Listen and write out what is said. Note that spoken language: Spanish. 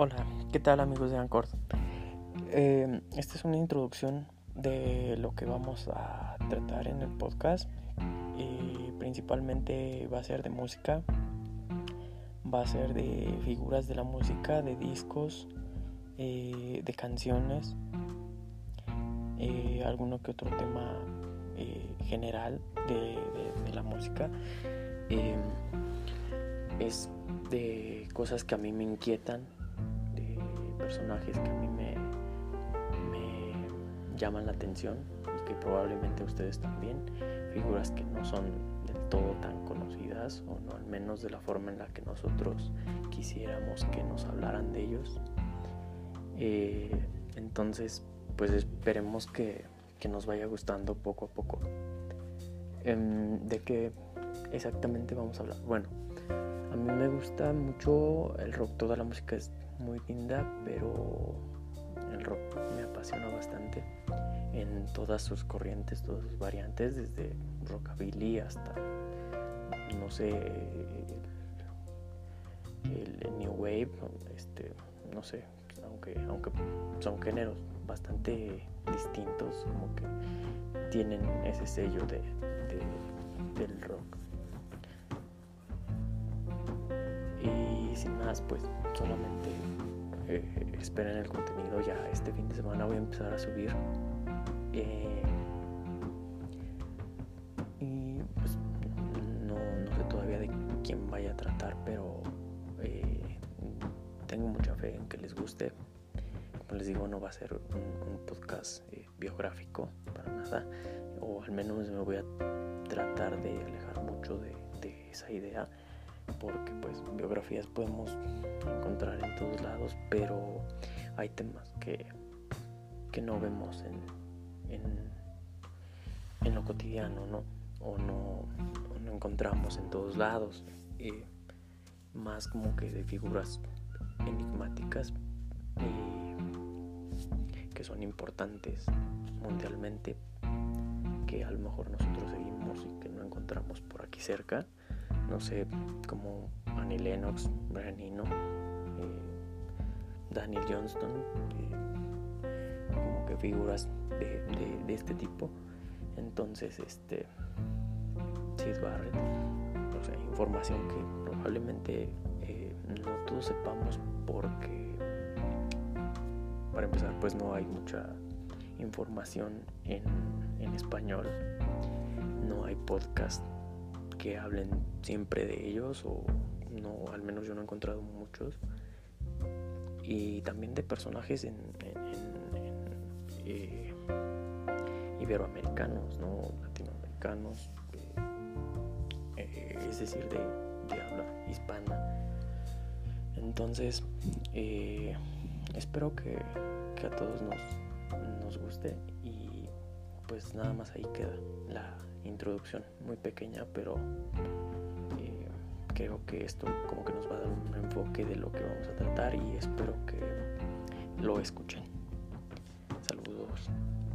Hola, ¿qué tal amigos de Anchor? Esta es una introducción de lo que vamos a tratar en el podcast. Principalmente va a ser de música, va a ser de figuras de la música, de discos, de canciones, alguno que otro tema general de la música. Es de cosas que a mí me inquietan, personajes que a mí me llaman la atención y que probablemente ustedes también, figuras que no son del todo tan conocidas, o no al menos de la forma en la que nosotros quisiéramos que nos hablaran de ellos. Entonces pues esperemos que nos vaya gustando poco a poco. ¿De qué exactamente vamos a hablar? Bueno, a mí me gusta mucho el rock, toda la música es muy linda, pero el rock me apasiona bastante en todas sus corrientes, todas sus variantes, desde rockabilly hasta, no sé, el new wave, no sé, aunque son géneros bastante distintos, como que tienen ese sello del rock. Y sin más, pues solamente esperen el contenido. Ya este fin de semana voy a empezar a subir, y pues no sé todavía de quién vaya a tratar, pero tengo mucha fe en que les guste. Como les digo, no va a ser un podcast biográfico para nada, o al menos me voy a tratar de alejar mucho de esa idea, porque pues biografías podemos encontrar en todos lados, pero hay temas que no vemos en lo cotidiano, ¿no? O no encontramos en todos lados, más como que de figuras enigmáticas que son importantes mundialmente, que a lo mejor nosotros seguimos y que no encontramos por aquí cerca. No sé, como Annie Lennox, Brian Eno, Daniel Johnston, como que figuras de este tipo. Entonces, Syd Barrett, o sea, información que probablemente no todos sepamos, porque para empezar pues no hay mucha información en español, no hay podcast que hablen siempre de ellos, o no, al menos yo no he encontrado muchos, y también de personajes en iberoamericanos, no latinoamericanos, es decir, de habla hispana. Entonces espero que a todos nos guste, y pues nada más ahí queda la introducción, muy pequeña, pero creo que esto como que nos va a dar un enfoque de lo que vamos a tratar, y espero que lo escuchen. Saludos.